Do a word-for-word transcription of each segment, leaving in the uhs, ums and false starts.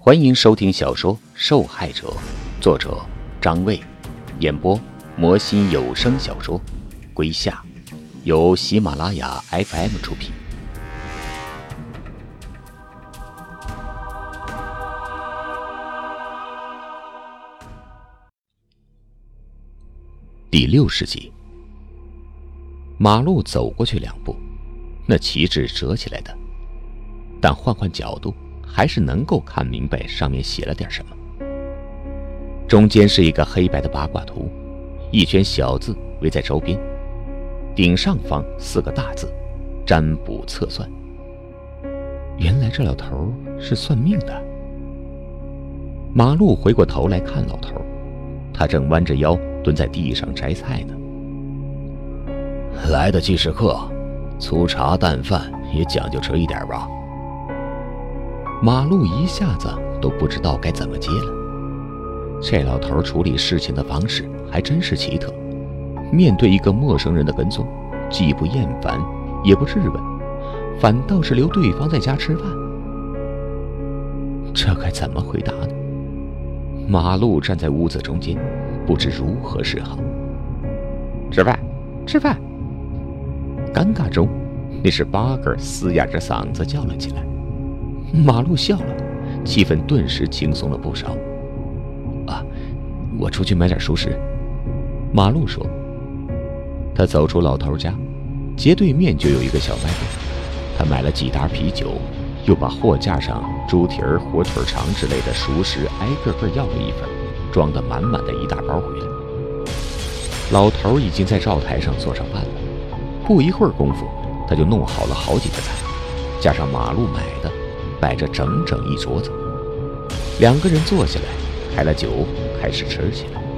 欢迎收听小说《受害者》，作者张卫，演播魔心有声小说归夏，由喜马拉雅 F M 出品。第六十集，马路走过去两步，那旗帜折起来的，但换换角度还是能够看明白上面写了点什么。中间是一个黑白的八卦图，一圈小字围在周边，顶上方四个大字：占卜测算。原来这老头是算命的。马路回过头来看老头，他正弯着腰蹲在地上摘菜呢。 来的既是客，粗茶淡饭也讲究吃一点吧。 马路一下子都不知道该怎么接了。这老头处理事情的方式还真是奇特，面对一个陌生人的跟踪，既不厌烦也不质问，反倒是留对方在家吃饭。这该怎么回答呢？马路站在屋子中间，不知如何是好。吃饭，吃饭。尴尬中，那是八哥嘶哑着嗓子叫了起来。马路笑了，气氛顿时轻松了不少。啊，我出去买点熟食。马路说。他走出老头家，街对面就有一个小卖部，他买了几打啤酒，又把货架上猪蹄儿、火腿肠之类的熟食挨个个要了一份，装得满满的一大包回来。老头已经在灶台上做上饭了，不一会儿功夫，他就弄好了好几个菜，加上马路买的，摆着整整一桌子。两个人坐下来，开了酒，开始吃起来。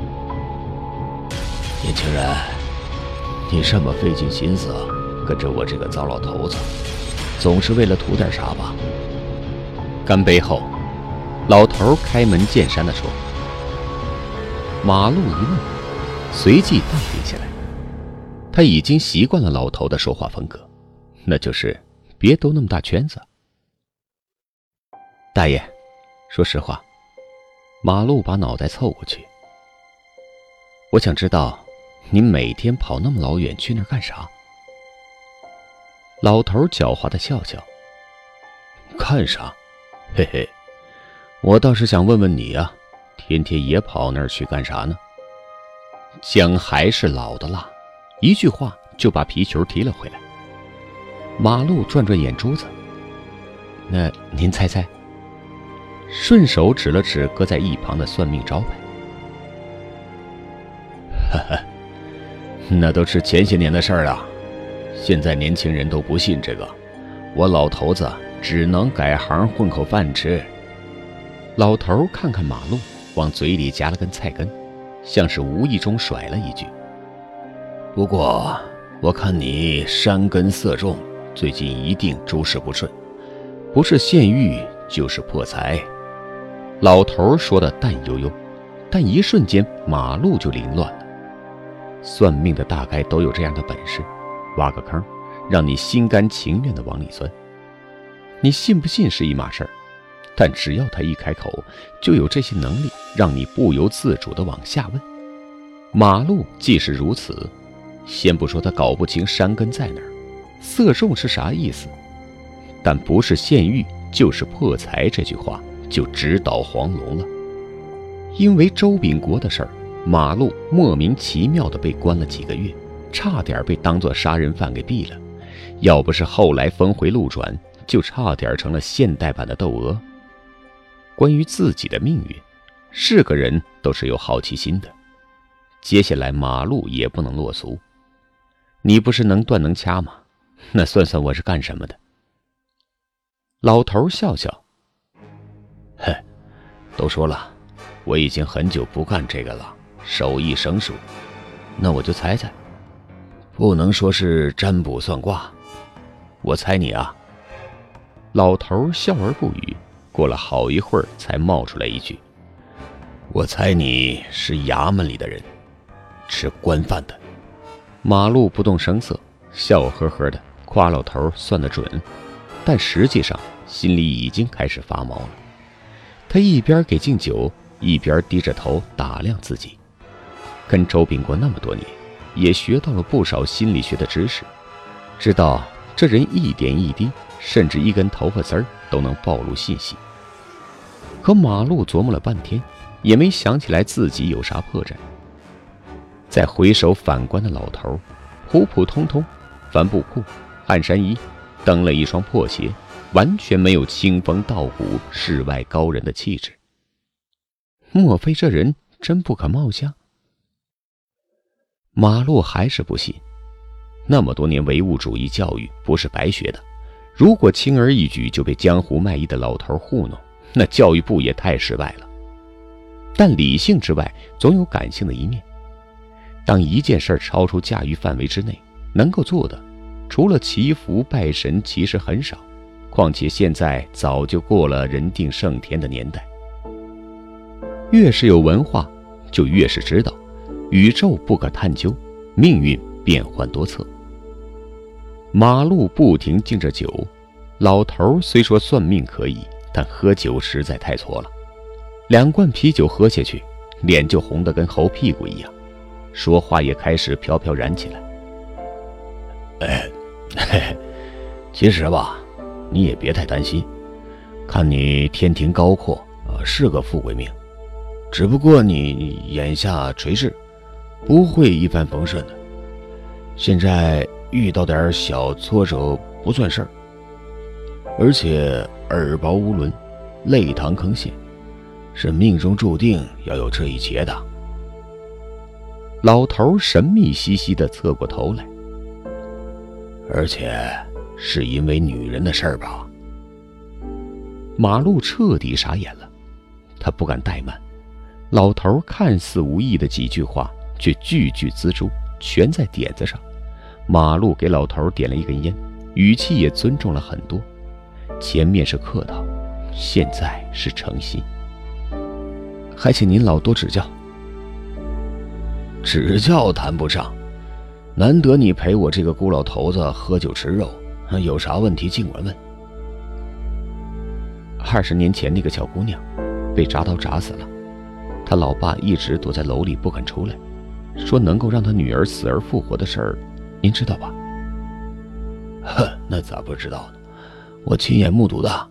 年轻人，你这么费尽心思跟着我这个糟老头子，总是为了图点啥吧？ 干杯后，老头开门见山地说。马路一愣，随即淡定下来。他已经习惯了老头的说话风格，那就是别兜那么大圈子。大爷，说实话，马路把脑袋凑过去，我想知道您每天跑那么老远去那儿干啥？老头狡猾地笑笑。 干啥？嘿嘿，我倒是想问问你啊，天天也跑那儿去干啥呢？ 姜还是老的辣，一句话就把皮球提了回来。马路转转眼珠子，那您猜猜？顺手指了指搁在一旁的算命招牌。 哈哈，那都是前些年的事儿了，现在年轻人都不信这个，我老头子只能改行混口饭吃。 老头看看马路，往嘴里夹了根菜根，像是无意中甩了一句。 不过我看你山根色重，最近一定诸事不顺，不是陷狱就是破财。 老头说的淡悠悠，但一瞬间马路就凌乱了。算命的大概都有这样的本事，挖个坑，让你心甘情愿地往里钻。你信不信是一码事儿，但只要他一开口，就有这些能力让你不由自主地往下问。马路既是如此，先不说他搞不清山根在哪儿，色重是啥意思，但不是陷狱就是破财这句话就直捣黄龙了。因为周秉国的事儿，马路莫名其妙地被关了几个月，差点被当作杀人犯给毙了。要不是后来峰回路转，就差点成了现代版的窦娥。关于自己的命运，是个人都是有好奇心的。接下来马路也不能落俗。你不是能断能掐吗？那算算我是干什么的？老头笑笑， 嘿，都说了，我已经很久不干这个了，手艺生疏。那我就猜猜，不能说是占卜算卦，我猜你啊。 老头笑而不语，过了好一会儿才冒出来一句： 我猜你是衙门里的人，吃官饭的。 马路不动声色，笑呵呵的夸老头算得准，但实际上心里已经开始发毛了。 他一边给敬酒，一边低着头打量自己。跟周炳国那么多年，也学到了不少心理学的知识，知道这人一点一滴，甚至一根头发丝儿都能暴露信息。可马路琢磨了半天，也没想起来自己有啥破绽。再回首反观的老头，普普通通，帆布裤、汗衫衣，蹬了一双破鞋，完全没有清风道骨、世外高人的气质。莫非这人真不可貌相？马路还是不信，那么多年唯物主义教育不是白学的，如果轻而易举就被江湖卖艺的老头糊弄，那教育部也太失败了。但理性之外，总有感性的一面。当一件事超出驾驭范围之内，能够做的，除了祈福拜神，其实很少。况且现在早就过了人定胜天的年代。越是有文化，就越是知道宇宙不可探究，命运变幻多测。马路不停敬着酒，老头虽说算命可以，但喝酒实在太错了。两罐啤酒喝下去，脸就红得跟猴屁股一样，说话也开始飘飘然起来。 哎，嘿嘿，其实吧，你也别太担心，看你天庭高阔，呃，是个富贵命，只不过你眼下垂势，不会一帆风顺的。现在遇到点小挫折不算事儿，而且耳薄无伦，泪淌坑陷，是命中注定要有这一劫的。 老头神秘兮兮地侧过头来。 而且是因为女人的事儿吧？ 马路彻底傻眼了，他不敢怠慢。老头看似无意的几句话，却句句锱铢，全在点子上。马路给老头点了一根烟，语气也尊重了很多。前面是客套，现在是诚心。还请您老多指教。 指教谈不上，难得你陪我这个孤老头子喝酒吃肉，有啥问题尽管问。 二十年前那个小姑娘被铡刀铡死了，她老爸一直躲在楼里不肯出来，说能够让他女儿死而复活的事儿，您知道吧？ 哼，那咋不知道呢？我亲眼目睹的。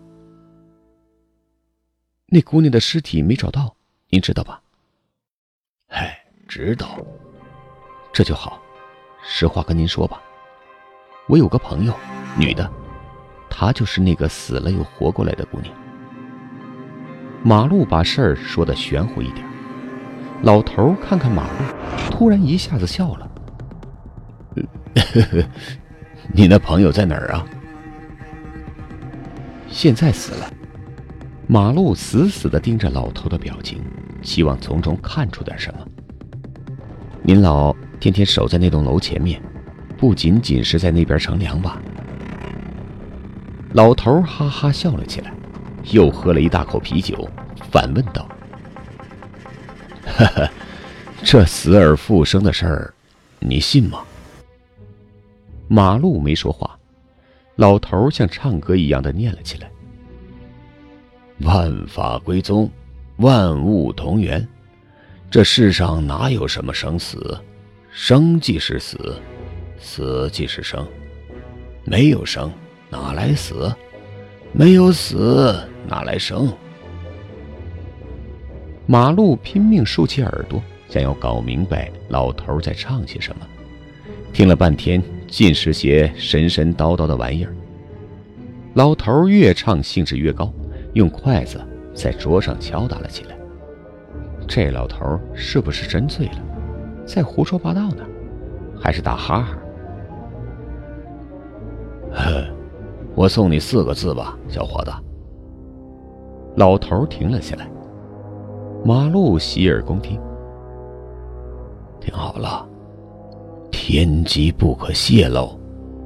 那姑娘的尸体没找到，您知道吧？ 嗨，知道。 这就好。实话跟您说吧，我有个朋友，女的，她就是那个死了又活过来的姑娘。马路把事儿说得玄乎一点，老头看看马路，突然一下子笑了。 你那朋友在哪儿啊？ 现在死了。马路死死地盯着老头的表情，希望从中看出点什么。您老天天守在那栋楼前面，不仅仅是在那边乘凉吧？老头哈哈笑了起来，又喝了一大口啤酒，反问道： 哈哈，这死而复生的事儿，你信吗？ 马路没说话，老头像唱歌一样的念了起来： 万法归宗，万物同源，这世上哪有什么生死？生即是死，死即是生。没有生，哪来死？没有死，哪来生？ 马路拼命竖起耳朵，想要搞明白老头在唱些什么。听了半天，尽是些神神叨叨的玩意儿。老头越唱兴致越高，用筷子在桌上敲打了起来。这老头是不是真醉了，在胡说八道呢？还是打哈哈？ 呵，我送你四个字吧，小伙子。 老头停了下来，马路洗耳恭听。 听好了，天机不可泄露。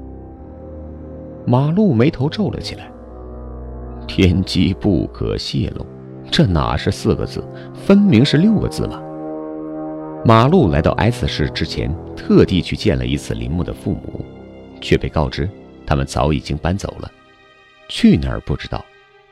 马路眉头皱了起来。天机不可泄露，这哪是四个字，分明是六个字嘛。马路来到 S 市之前，特地去见了一次林木的父母，却被告知他们早已经搬走了，去哪儿不知道，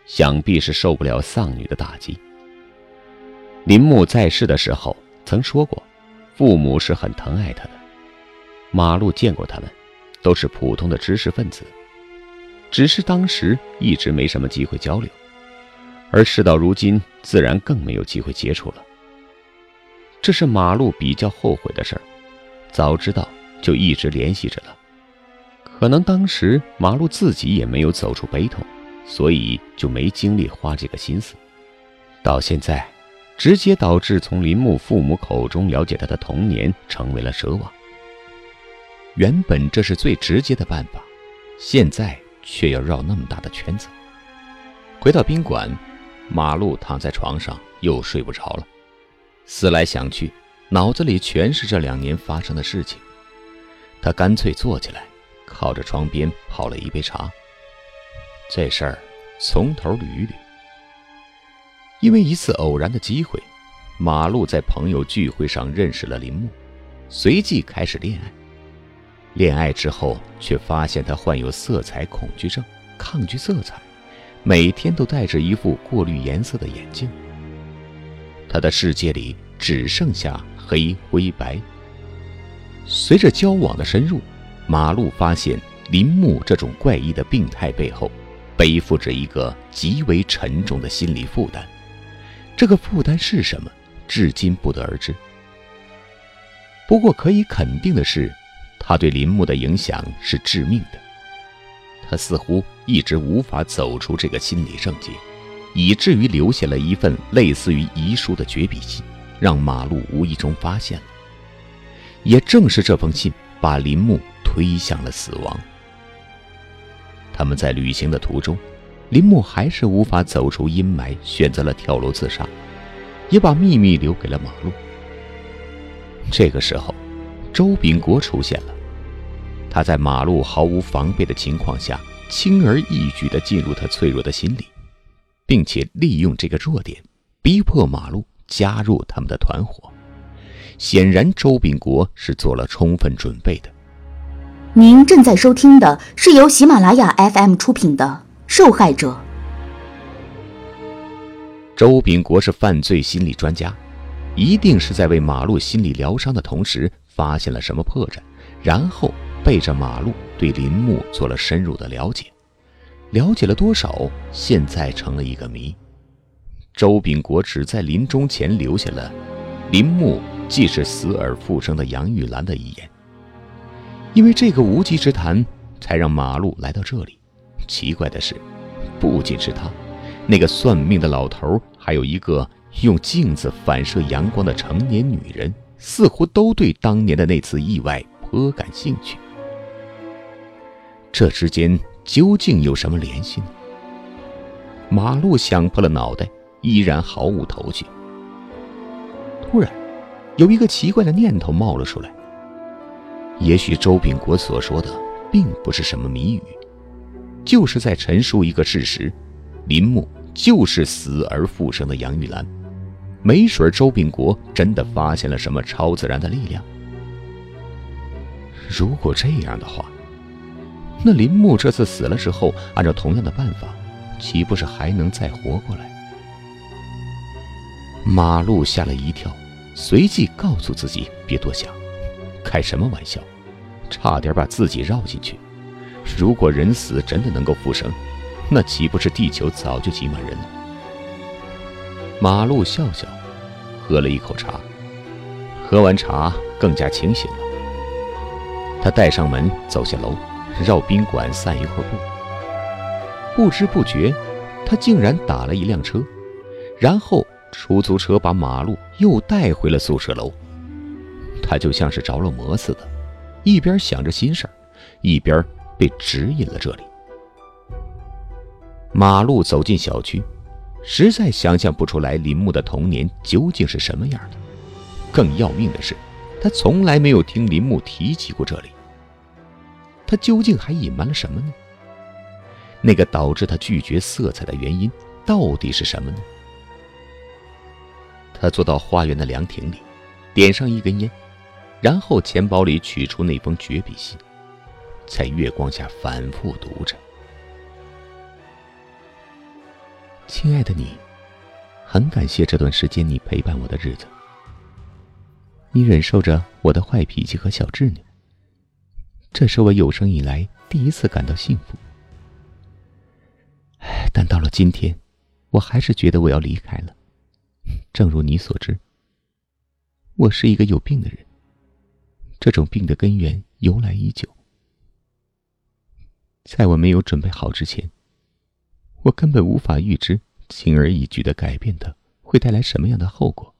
想必是受不了丧女的打击。林木在世的时候曾说过，父母是很疼爱他的。马路见过他们，都是普通的知识分子，只是当时一直没什么机会交流，而事到如今自然更没有机会接触了。这是马路比较后悔的事儿，早知道就一直联系着了。可能当时马路自己也没有走出悲痛，所以就没精力花这个心思。到现在，直接导致从林木父母口中了解他的童年成为了奢望。原本这是最直接的办法，现在却要绕那么大的圈子。回到宾馆，马路躺在床上又睡不着了，思来想去，脑子里全是这两年发生的事情。他干脆坐起来，靠着窗边泡了一杯茶。这事儿从头捋一捋。因为一次偶然的机会，马路在朋友聚会上认识了林木，随即开始恋爱。恋爱之后，却发现他患有色彩恐惧症，抗拒色彩，每天都戴着一副过滤颜色的眼镜。他的世界里只剩下黑灰白。随着交往的深入，马路发现林木这种怪异的病态背后，背负着一个极为沉重的心理负担。这个负担是什么，至今不得而知。不过可以肯定的是，他对林木的影响是致命的。他似乎一直无法走出这个心理症结，以至于留下了一份类似于遗书的绝笔信，让马路无意中发现了。也正是这封信把林木推向了死亡。他们在旅行的途中，林木还是无法走出阴霾，选择了跳楼自杀，也把秘密留给了马路。这个时候，周秉国出现了。他在马路毫无防备的情况下，轻而易举地进入他脆弱的心里，并且利用这个弱点，逼迫马路加入他们的团伙。显然，周秉国是做了充分准备的。 您正在收听的是由喜马拉雅 F M 出品的《受害者》。 周秉国是犯罪心理专家，一定是在为马路心理疗伤的同时发现了什么破绽，然后背着马路对林木做了深入的了解。了解了多少，现在成了一个谜。周秉国只在临终前留下了林木既是死而复生的杨玉兰的遗言。因为这个无稽之谈，才让马路来到这里。奇怪的是，不仅是他，那个算命的老头，还有一个用镜子反射阳光的成年女人，似乎都对当年的那次意外颇感兴趣。这之间究竟有什么联系呢？马路想破了脑袋，依然毫无头绪。突然，有一个奇怪的念头冒了出来。也许周秉国所说的并不是什么谜语，就是在陈述一个事实：林木就是死而复生的杨玉兰。没准周秉国真的发现了什么超自然的力量。如果这样的话，那林木这次死了之后，按照同样的办法，岂不是还能再活过来？马路吓了一跳，随即告诉自己别多想，开什么玩笑，差点把自己绕进去。如果人死真的能够复生，那岂不是地球早就挤满人了？马路笑笑，喝了一口茶，喝完茶更加清醒了。他带上门走下楼，绕宾馆散一会儿步。不知不觉，他竟然打了一辆车，然后出租车把马路又带回了宿舍楼。他就像是着了魔似的，一边想着心事儿，一边被指引了这里。马路走进小区，实在想象不出来林木的童年究竟是什么样的。更要命的是，他从来没有听林木提起过这里。他究竟还隐瞒了什么呢？那个导致他拒绝色彩的原因到底是什么呢？他坐到花园的凉亭里，点上一根烟，然后钱包里取出那封绝笔信，在月光下反复读着。 亲爱的你，很感谢这段时间你陪伴我的日子。你忍受着我的坏脾气和小执拗，这是我有生以来第一次感到幸福。但到了今天，我还是觉得我要离开了。正如你所知，我是一个有病的人，这种病的根源由来已久。在我没有准备好之前，我根本无法预知轻而易举的改变它会带来什么样的后果。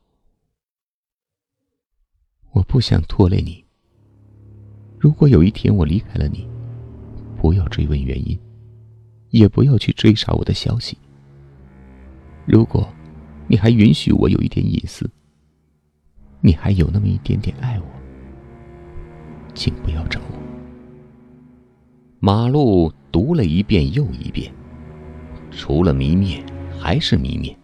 我不想拖累你。如果有一天我离开了你，不要追问原因，也不要去追查我的消息。如果你还允许我有一点隐私，你还有那么一点点爱我，请不要找我。 马路读了一遍又一遍，除了迷灭还是迷灭。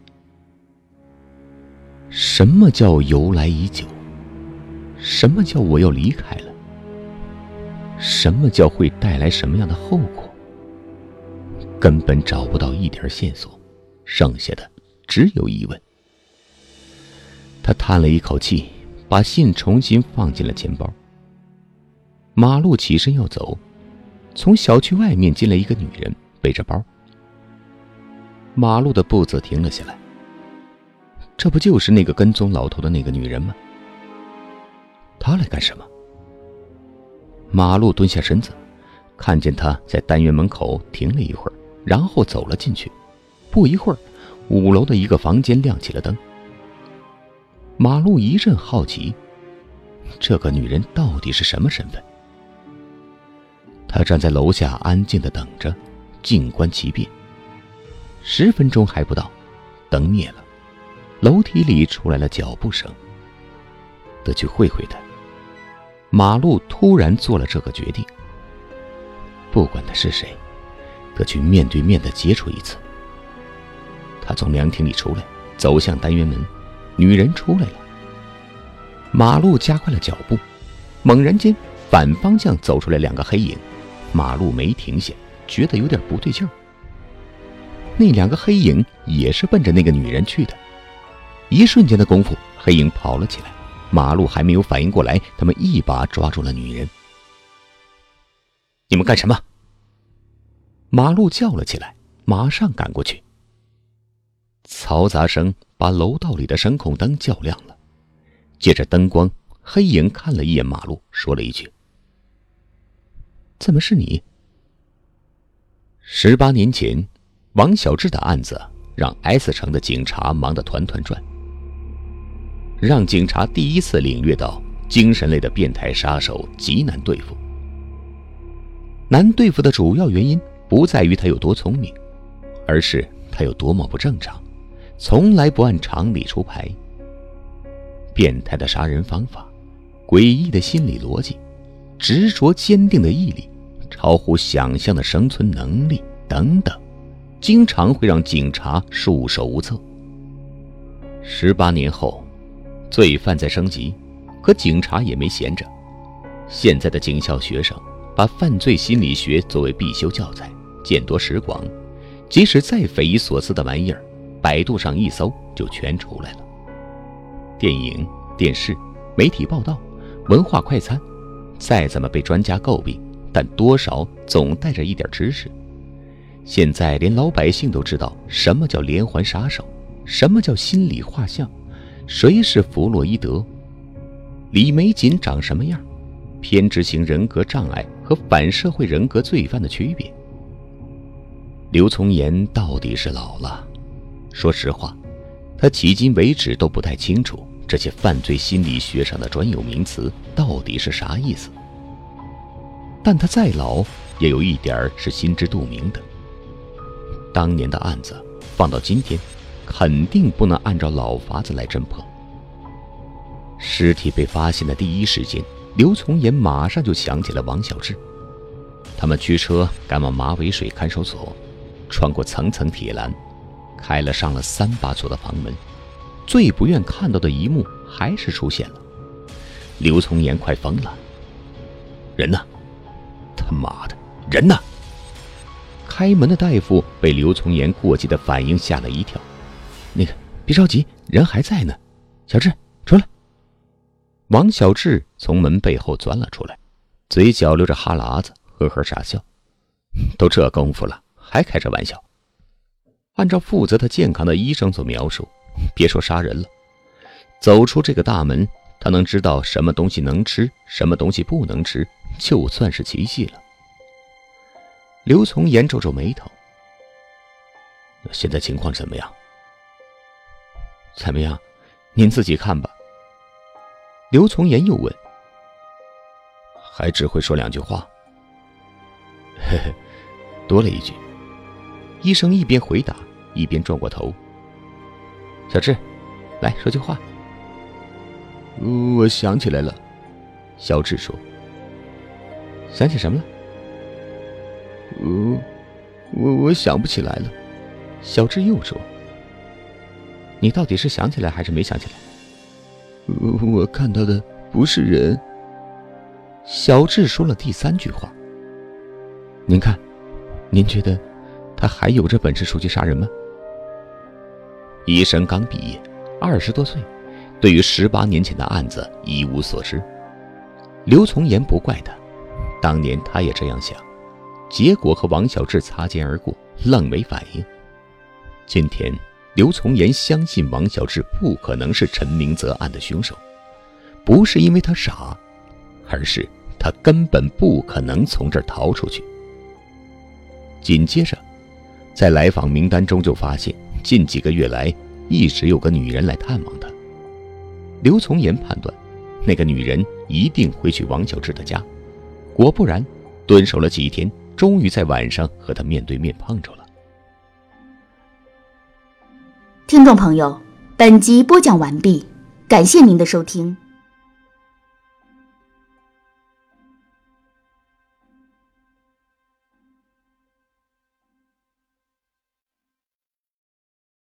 什么叫由来已久？什么叫我要离开了？什么叫会带来什么样的后果？根本找不到一点线索，剩下的只有疑问。他叹了一口气，把信重新放进了钱包。马路起身要走，从小区外面进来一个女人，背着包。马路的步子停了下来。这不就是那个跟踪老头的那个女人吗？她来干什么？马路蹲下身子，看见她在单元门口停了一会儿，然后走了进去。不一会儿，五楼的一个房间亮起了灯。马路一阵好奇，这个女人到底是什么身份？他站在楼下安静地等着，静观其变。十分钟还不到，灯灭了，楼梯里出来了脚步声。得去会会他。马路突然做了这个决定，不管他是谁，得去面对面地接触一次。他从凉亭里出来，走向单元门，女人出来了。马路加快了脚步，猛然间反方向走出来两个黑影。马路没停下，觉得有点不对劲儿。那两个黑影也是奔着那个女人去的。一瞬间的功夫，黑影跑了起来，马路还没有反应过来，他们一把抓住了女人。你们干什么？马路叫了起来，马上赶过去。嘈杂声把楼道里的声控灯叫亮了，借着灯光，黑影看了一眼马路，说了一句：怎么是你？十八年前，王小志的案子让 S 城的警察忙得团团转，让警察第一次领略到精神类的变态杀手极难对付。难对付的主要原因不在于他有多聪明，而是他有多么不正常，从来不按常理出牌。变态的杀人方法，诡异的心理逻辑，执着坚定的毅力，超乎想象的生存能力等等，经常会让警察束手无策。十八年后，罪犯在升级，可警察也没闲着。现在的警校学生把犯罪心理学作为必修教材，见多识广，即使再匪夷所思的玩意儿，百度上一搜就全出来了。电影、电视、媒体报道、文化快餐，再怎么被专家诟病，但多少总带着一点知识。现在连老百姓都知道什么叫连环杀手，什么叫心理画像，谁是弗洛伊德，李玫瑾长什么样，偏执型人格障碍和反社会人格罪犯的区别。刘从言到底是老了，说实话，他迄今为止都不太清楚这些犯罪心理学上的专有名词到底是啥意思。但他再老，也有一点是心知肚明的。当年的案子放到今天，肯定不能按照老法子来侦破。尸体被发现的第一时间，刘从言马上就想起了王小志。他们驱车赶往马尾水看守所，穿过层层铁栏，开了上了三把锁的房门。最不愿看到的一幕还是出现了。刘从言快疯了。人呢？他妈的，人呢？ 开门的大夫被刘从言过激的反应吓了一跳。那个，别着急，人还在呢。小智，出来。王小智从门背后钻了出来，嘴角流着哈喇子，呵呵傻笑。都这功夫了，还开着玩笑。按照负责他健康的医生所描述，别说杀人了，走出这个大门，他能知道什么东西能吃，什么东西不能吃，就算是奇迹了。刘从言皱皱眉头。现在情况怎么样？怎么样？您自己看吧。刘从言又问。还只会说两句话。嘿嘿，多了一句。医生一边回答一边转过头。小智，来说句话。我想起来了。小智说。想起什么了？我我我想不起来了。小智又说。你到底是想起来还是没想起来？我我看到的不是人。小智说了第三句话。您看，您觉得他还有这本事出去杀人吗？医生刚毕业，二十多岁，对于十八年前的案子一无所知。刘从言不怪他，当年他也这样想，结果和王小智擦肩而过，愣没反应。今天刘从言相信王小智不可能是陈明泽案的凶手，不是因为他傻，而是他根本不可能从这儿逃出去。紧接着，在来访名单中就发现，近几个月来一直有个女人来探望他。刘从言判断，那个女人一定会去王小智的家。果不然，蹲守了几天，终于在晚上和他面对面碰着了。 听众朋友，本集播讲完毕，感谢您的收听。